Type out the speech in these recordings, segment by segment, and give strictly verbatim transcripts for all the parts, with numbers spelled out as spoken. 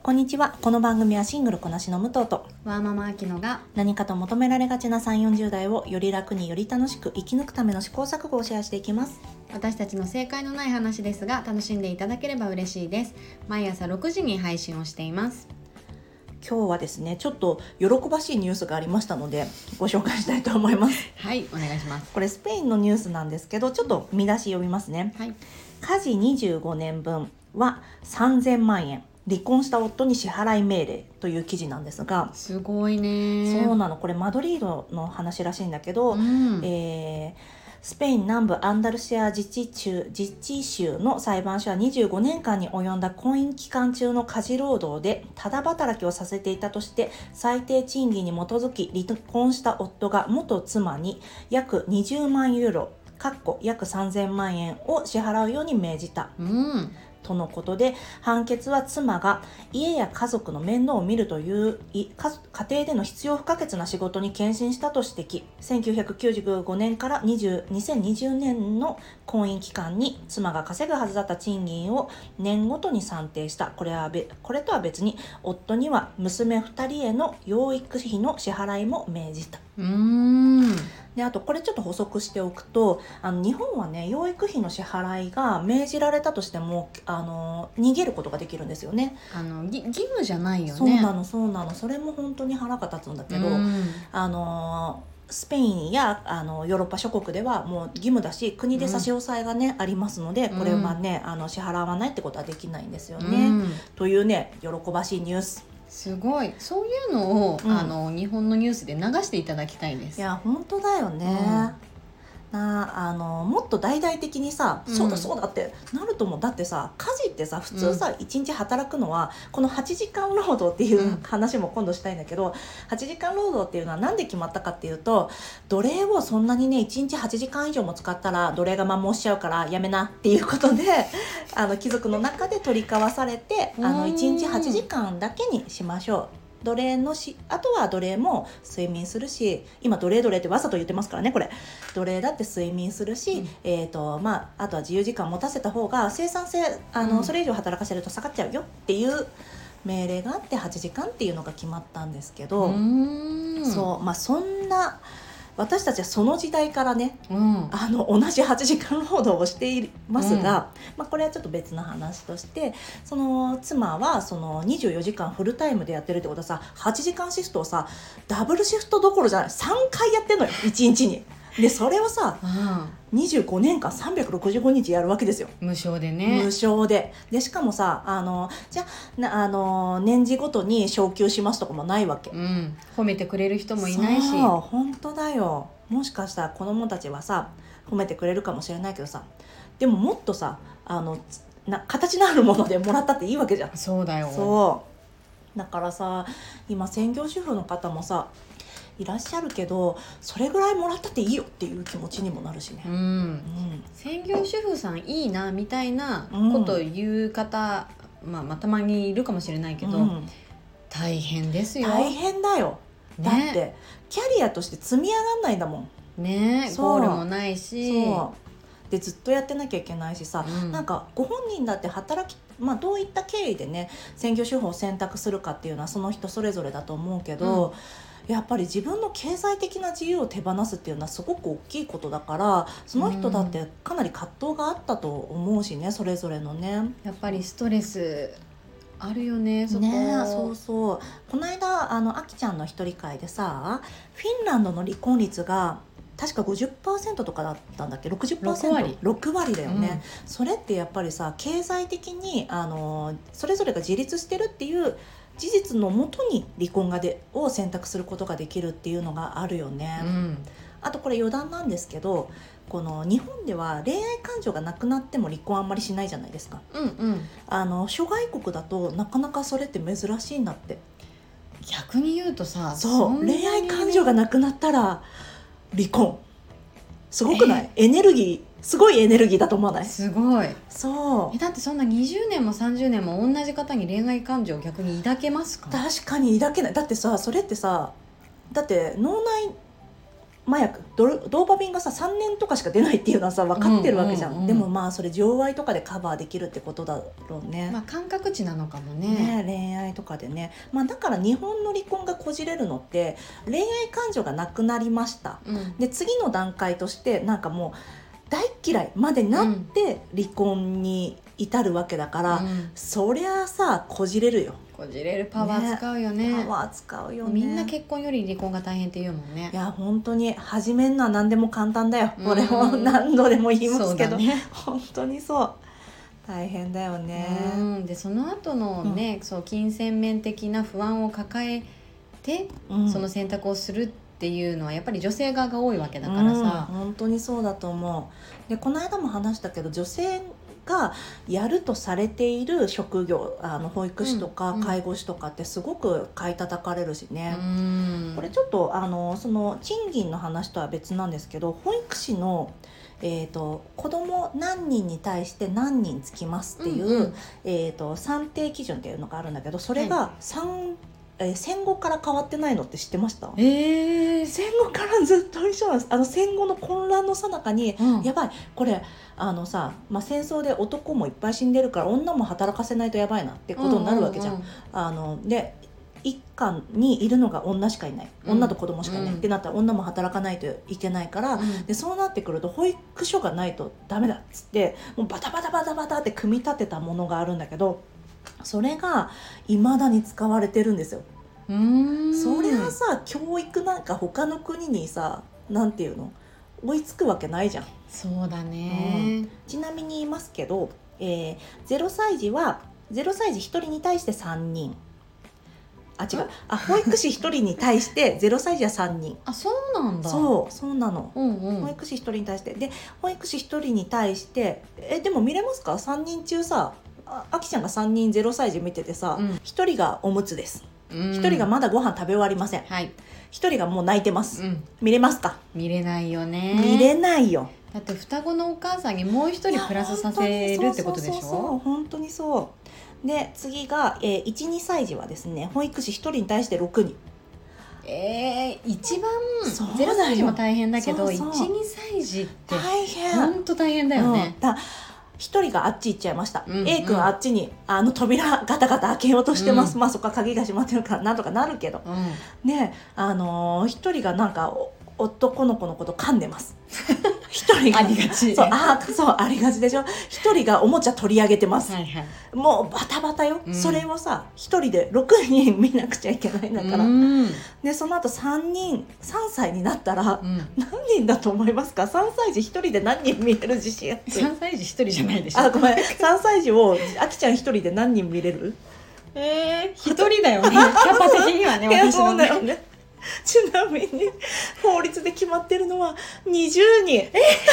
こんにちは。この番組はシングルこなしの武藤とワーママアキノが何かと求められがちなさんじゅう、よんじゅう代をより楽により楽しく生き抜くための試行錯誤をシェアしていきます。 私たちの正解のない話ですが楽しんでいただければ嬉しいです。毎朝ろくじに配信をしています。 今日はですね、ちょっと喜ばしいニュースがありましたのでご紹介したいと思います。 はい、お願いします。 これスペインのニュースなんですけど、ちょっと見出し読みますね。 はい、 家事にじゅうごねんぶんはさんぜんまんえん、離婚した夫に支払い命令という記事なんですが、 すごいね。 そうなの。これマドリードの話らしいんだけど、 うんえースペイン南部アンダルシア自治州、自治州の裁判所はにじゅうごねんかんに及んだ婚姻期間中の家事労働でただ働きをさせていたとして最低賃金に基づき離婚した夫が元妻に約にじゅうまんユーロかっこ約さんぜんまんえんを支払うように命じたうんとのことで、判決は妻が家や家族の面倒を見るという家庭での必要不可欠な仕事に献身したと指摘。せんきゅうひゃくきゅうじゅうごねんからにせんにじゅうねんの婚姻期間に妻が稼ぐはずだった賃金を年ごとに算定した。これはべこれとは別に夫には娘ふたりへの養育費の支払いも命じた。 うーんで、あとこれちょっと補足しておくと、あの日本はね、養育費の支払いが命じられたとしてもあの逃げることができるんですよね。 あの義義務じゃないよね。 そうなのそうなの。それも本当に腹が立つんだけど、 うんあのスペインやあのヨーロッパ諸国ではもう義務だし、国で差し押さえがね、うん、ありますので、これはね、あの支払わないってことはできないんですよね、 うん、 というね、喜ばしいニュース。 すごい。そういうのを、 うん、 あの日本のニュースで流していただきたいです。 いや本当だよね、うん、なあのもっと大々的にさ、うん、そうだそうだってなると思う。だってさ、家事ってさ、普通さ、うん、いちにち働くのはこのはちじかん労働っていう話も今度したいんだけど、うん、はちじかん労働っていうのはなんで決まったかっていうと、奴隷をそんなにねいちにちはちじかん以上も使ったら奴隷が摩耗しちゃうからやめなっていうことであの貴族の中で取り交わされて、あのいちにちはちじかんだけにしましょう。奴隷のしあとは奴隷も睡眠するし、今奴隷奴隷ってわざと言ってますからね。これ奴隷だって睡眠するし、うん、えーとまあ、あとは自由時間持たせた方が生産性あの、うん、それ以上働かせると下がっちゃうよっていう命令があってはちじかんっていうのが決まったんですけど、 うーんそう、まあ、そんな私たちはその時代からね、 うん、 あの同じはちじかん労働をしていますが、うんまあ、これはちょっと別の話として、その妻はそのにじゅうよじかんフルタイムでやってるってことはさ、はちじかんシフトをさダブルシフトどころじゃない、さんかいやってんのよいちにちに。でそれをさ、うん、にじゅうごねんかんさんびゃくろくじゅうごにちやるわけですよ。 無償でね。 無償で。でしかもさ、あのじゃああの年次ごとに昇給しますとかもないわけ、 うん、褒めてくれる人もいないし。 そう本当だよ。もしかしたら子供たちはさ褒めてくれるかもしれないけどさ、でももっとさあのな形のあるものでもらったっていいわけじゃん。 そうだよ。 そうだからさ、今専業主婦の方もさいらっしゃるけど、それぐらいもらったっていいよっていう気持ちにもなるしね、 うんうん、 専業主婦さんいいなみたいなことを言う方、うんまあ、まあたまにいるかもしれないけど、うん、大変ですよ。 大変だよ、ね、だってキャリアとして積み上がんないんだもんね。ゴールもないし、 そうでずっとやってなきゃいけないしさ、うん、なんかご本人だって働き、まあ、どういった経緯でね専業主婦を選択するかっていうのはその人それぞれだと思うけど、うん、やっぱり自分の経済的な自由を手放すっていうのはすごく大きいことだから、その人だってかなり葛藤があったと思うしね、それぞれのね。 やっぱりストレスあるよね、そこね。そうそう。この間あのあきちゃんの一人会でさ、フィンランドの離婚率が確か ごじゅっパーセント とかだったんだっけ、 ろくじゅっパーセントろくわりろくわりだよね、うん、それってやっぱりさ経済的にあのそれぞれが自立してるっていう事実のもとに離婚がでを選択することができるっていうのがあるよね、うん、あとこれ余談なんですけど、この日本では恋愛感情がなくなっても離婚あんまりしないじゃないですか、 うんうん、 あの諸外国だとなかなかそれって珍しいんだって。 逆に言うとさ、 そう恋愛感情がなくなったら離婚すごくない？エネルギーすごいエネルギーだと思わない？ すごい。 そうえだってそんなにじゅうねんもさんじゅうねんも同じ方に恋愛感情を逆に抱けますか？ 確かに抱けない。だってさそれってさだって脳内麻薬 ド, ドーパミンがささんねんとかしか出ないっていうのはさ分かってるわけじゃん、うんうんうん、でもまあそれ情愛とかでカバーできるってことだろうね、 まあ、感覚値なのかも ね, ね恋愛とかでね、まあ、だから日本の離婚がこじれるのって恋愛感情がなくなりました、うん、で次の段階としてなんかもう大嫌いまでなって離婚に至るわけだから、うん、そりゃさこじれるよ。 こじれる。パワー使うよ ね, ねパワー使うよね。 みんな結婚より離婚が大変って言うもんね。 いや本当に始めるのは何でも簡単だよ、うん、これも何度でも言いますけど、ね、本当にそう大変だよね、 うん、でその後のね、うん、そう金銭面的な不安を抱えて、うん、その選択をするっていうのはやっぱり女性側が多いわけだからさ、 うん、本当にそうだと思う。でこの間も話したけど女性がやるとされている職業、あの保育士とか介護士とかってすごく買い叩かれるしね、うん、これちょっとあのその賃金の話とは別なんですけど、保育士のえーと、子供何人に対して何人つきますっていう、うんうん、えーと、算定基準っていうのがあるんだけど、それがさん、はいえー、戦後から変わってないのって知ってました？ えー、 戦後からずっと一緒なんです。あの戦後の混乱の最中に、うん、やばいこれあのさ、まあ、戦争で男もいっぱい死んでるから女も働かせないとやばいなってことになるわけじゃん、うんうんうん、あので一家にいるのが女しかいない、女と子供しかいない、うん、ってなったら女も働かないといけないから、うん、でそうなってくると保育所がないとダメだっつってもうバタバタバタバタって組み立てたものがあるんだけど、それが未だに使われてるんですよ。 うーんそりゃさ教育なんか他の国にさなんていうの追いつくわけないじゃん。 そうだね、 うん、ちなみに言いますけど、えー、ゼロさい児はゼロさい児ひとりに対してさんにん、あ違うあ保育士ひとりに対してゼロさい児はさんにんあそうなんだ。 そうそうなの、 うんうん、 保育士ひとりに対してで保育士ひとりに対してえでも見れますか、さんにん中さああきちゃんがさんにんゼロさい児見ててさ、うん、ひとりがおむつです、うん、ひとりがまだご飯食べ終わりません、 はい、 ひとりがもう泣いてます、 うん、 見れますか？ 見れないよね。 見れないよ。 だって双子のお母さんにもう一人プラスさせるってことでしょ。そうそうそうそう本当にそうで次が、えー、いち、にさい児はですね保育士ひとりに対してろくにん。 えー、一番ゼロさい児も大変だけどいち、にさい児って大変本当大変だよね、 うん、だひとりがあっち行っちゃいました、うんうん、A 君あっちにあの扉ガタガタ開けようとしてます、うん、まあそこは鍵が閉まってるからなんとかなるけど、うん、ねあのー、ひとりがなんか男の子のこと噛んでます一人がありがちそうあそうありがちでしょ。一人がおもちゃ取り上げてます、 はいはい、 もうバタバタよ、うん、それをさ一人でろくにん見なくちゃいけないんだから、うん、でその後さんにんさんさいになったら、うん、何人だと思いますか？さんさい児ひとりで何人見れる自信ある？ さんさい児ひとりじゃないでしょ。 あごめんさんさい児をあきちゃんひとりで何人見れる？ えー、ひとりだよねキャパ的にはね私のね。 そうだよねちなみに法律で決まってるのはにじゅうにん。え無理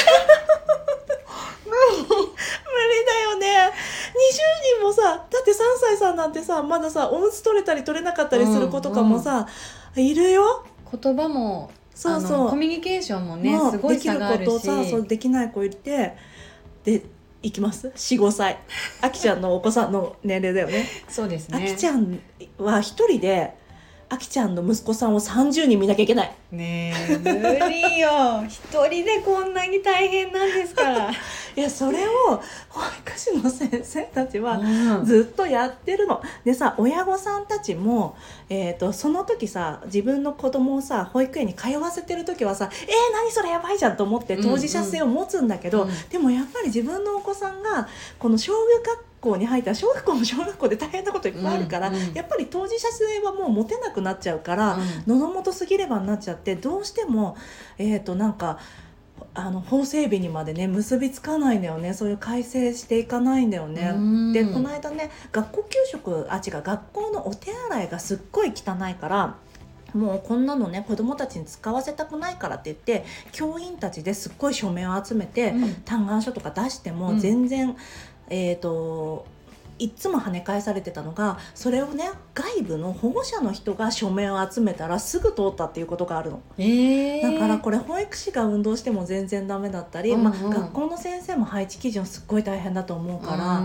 だよね。にじゅうにんもさだってさんさいさんなんてさまださおむつ取れたり取れなかったりする子とかもさ、うんうん、いるよ。 言葉もそうそうあのコミュニケーションもねすごい差があるしできる子とさそうできない子いてでいきます よん、ごさいあきちゃんのお子さんの年齢だよねそうですね。 あきちゃんは一人であきちゃんの息子さんをさんじゅうにん見なきゃいけないねえ無理よ一人でこんなに大変なんですからいやそれを保育士の先生たちはずっとやってるの、うん、でさ親御さんたちも、えーと、その時さ自分の子供をさ保育園に通わせてる時はさえー、何それやばいじゃんと思って当事者性を持つんだけど、うんうん、でもやっぱり自分のお子さんがこの小学校校に入ったら小学校も小学校で大変なこといっぱいあるから、うんうん、やっぱり当事者性はもう持てなくなっちゃうから、うん、喉元すぎればになっちゃってどうしてもえーとなんかあの法整備にまでね結びつかないんだよね。そういう改正していかないんだよね。でこの間ね学校給食あ違う学校のお手洗いがすっごい汚いからもうこんなのね子どもたちに使わせたくないからって言って教員たちですっごい署名を集めて、うん、嘆願書とか出しても全然、うんえーと、 いつも跳ね返されてたのが、それをね外部の保護者の人が署名を集めたらすぐ通ったっていうことがあるの、 えー、 だからこれ保育士が運動しても全然ダメだったり、 うんうん、 まあ、学校の先生も配置基準すっごい大変だと思うから、 うん、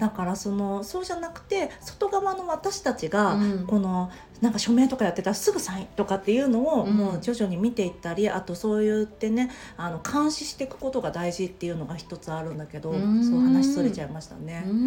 だからそのそうじゃなくて外側の私たちが、 うん、 このなんか署名とかやってたらすぐサインとかっていうのをうん、 もう徐々に見ていったり、あとそう言ってねあの監視していくことが大事っていうのが一つあるんだけど、 うん、 そう話それちゃいましたね、 うん、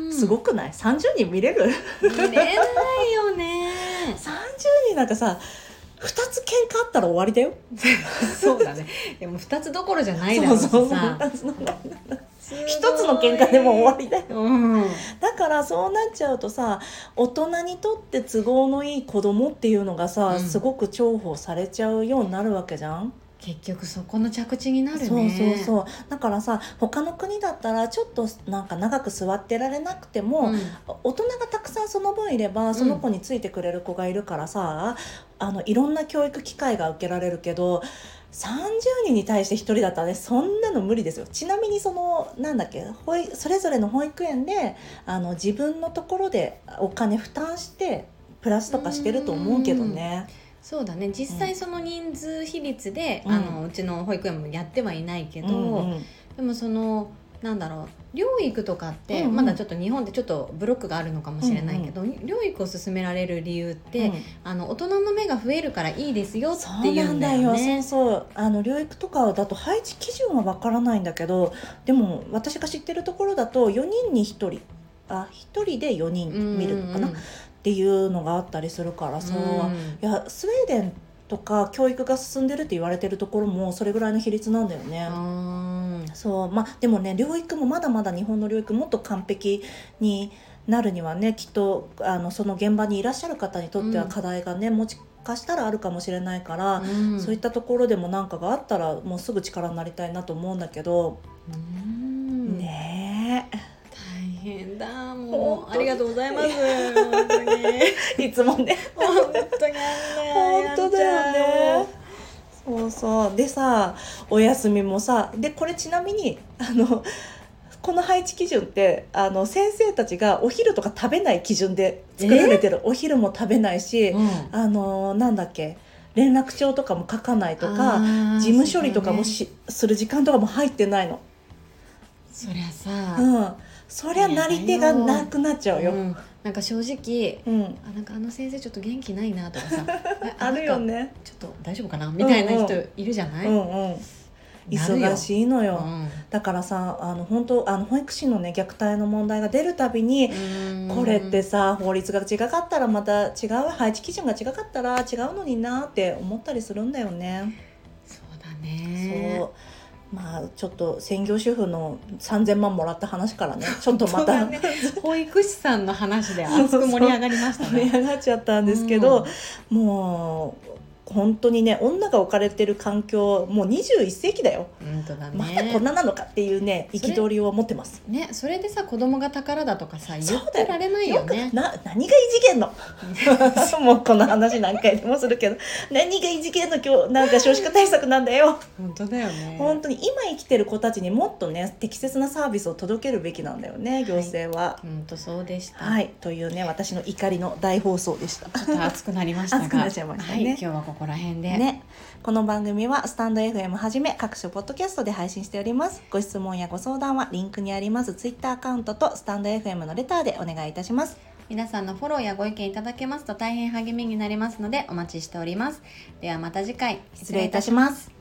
すごくない？さんじゅうにん見れる？ 見れないよねさんじゅうにんなんかさふたつ喧嘩あったら終わりだよそうだね。でもふたつどころじゃないだろうしさ、 そうそうそう一つの喧嘩でも終わりだよ、 うん、 だからそうなっちゃうとさ、大人にとって都合のいい子供っていうのがさ、 うん、 すごく重宝されちゃうようになるわけじゃん。 結局そこの着地になるね。 そうそうそう。だからさ、他の国だったらちょっとなんか長く座ってられなくても、うん、大人がたくさんその分いればその子についてくれる子がいるからさ、うん、あのいろんな教育機会が受けられるけど、さんじゅうにんに対してひとりだったらね、そんなの無理ですよ。ちなみにそのなんだっけ、保育それぞれの保育園であの自分のところでお金負担してプラスとかしてると思うけどね。 そうだね、実際その人数比率で、うん、あのうちの保育園もやってはいないけど、うんうん、でもそのなんだろう、療育とかって、うんうん、まだちょっと日本でちょっとブロックがあるのかもしれないけど、うんうん、療育を進められる理由って、うん、あの大人の目が増えるからいいですよっていうんだよね。 そうなんだよ。そうそう、あの療育とかだと配置基準はわからないんだけど、でも私が知ってるところだとよにんにひとり、あひとりでよにん見るのかな、うんうんうんっていうのがあったりするからさ、うん、いやスウェーデンとか教育が進んでるって言われてるところもそれぐらいの比率なんだよね。うんそう、まあ、でもね療育もまだまだ日本の療育もっと完璧になるにはね、きっとあのその現場にいらっしゃる方にとっては課題がね、うん、もしかしたらあるかもしれないから、うん、そういったところでも何かがあったらもうすぐ力になりたいなと思うんだけど、うん、ねえ大変だ、もうありがとうございます本当にいつもね本当に本当だよね。そうそうでさ、お休みもさで、これちなみにあのこの配置基準ってあの先生たちがお昼とか食べない基準で作られてる。お昼も食べないし、うん、あのなんだっけ連絡帳とかも書かないとか、事務処理とかもし、ね、する時間とかも入ってないの。 そりゃさ、 うんそりゃなり手がなくなっちゃうよ、うん、 なんか正直、うん、あなんかあの先生ちょっと元気ないなとかさあるよね、 ちょっと大丈夫かなみたいな人いるじゃない、うんうん、 忙しいのよ、うん、だからさあの本当あの保育士のね虐待の問題が出るたびにこれってさ法律が違かったらまた違う、配置基準が違かったら違うのになって思ったりするんだよね。 そうだね。 そうまあ、ちょっと専業主婦のさんぜんまんもらった話からねちょっとまた、ね、 保育士さんの話で熱く盛り上がりましたね。 盛り上がっちゃったんですけど、うん、もう本当にね女が置かれてる環境もうにじゅういっせいきだよ。 本当だね。 まだこんななのかっていうね憤りを持ってますね。それでさ子供が宝だとかさ言ってられないよね。 よな何が異次元のもうこの話何回でもするけど何が異次元の今日なんか少子化対策なんだよ。 本当だよね。 本当に今生きてる子たちにもっとね適切なサービスを届けるべきなんだよね、行政は。 本当、はい、そうでした。 はい、というね私の怒りの大放送でした。 ちょっと熱くなりましたが熱くなっちゃいましたね、はい、 今日はここら辺で、 ね、この番組はスタンド エフエム はじめ各種ポッドキャストで配信しております。ご質問やご相談はリンクにありますツイッターアカウントとスタンド エフエム のレターでお願いいたします。 皆さんのフォローやご意見いただけますと大変励みになりますのでお待ちしております。ではまた次回失礼いたします。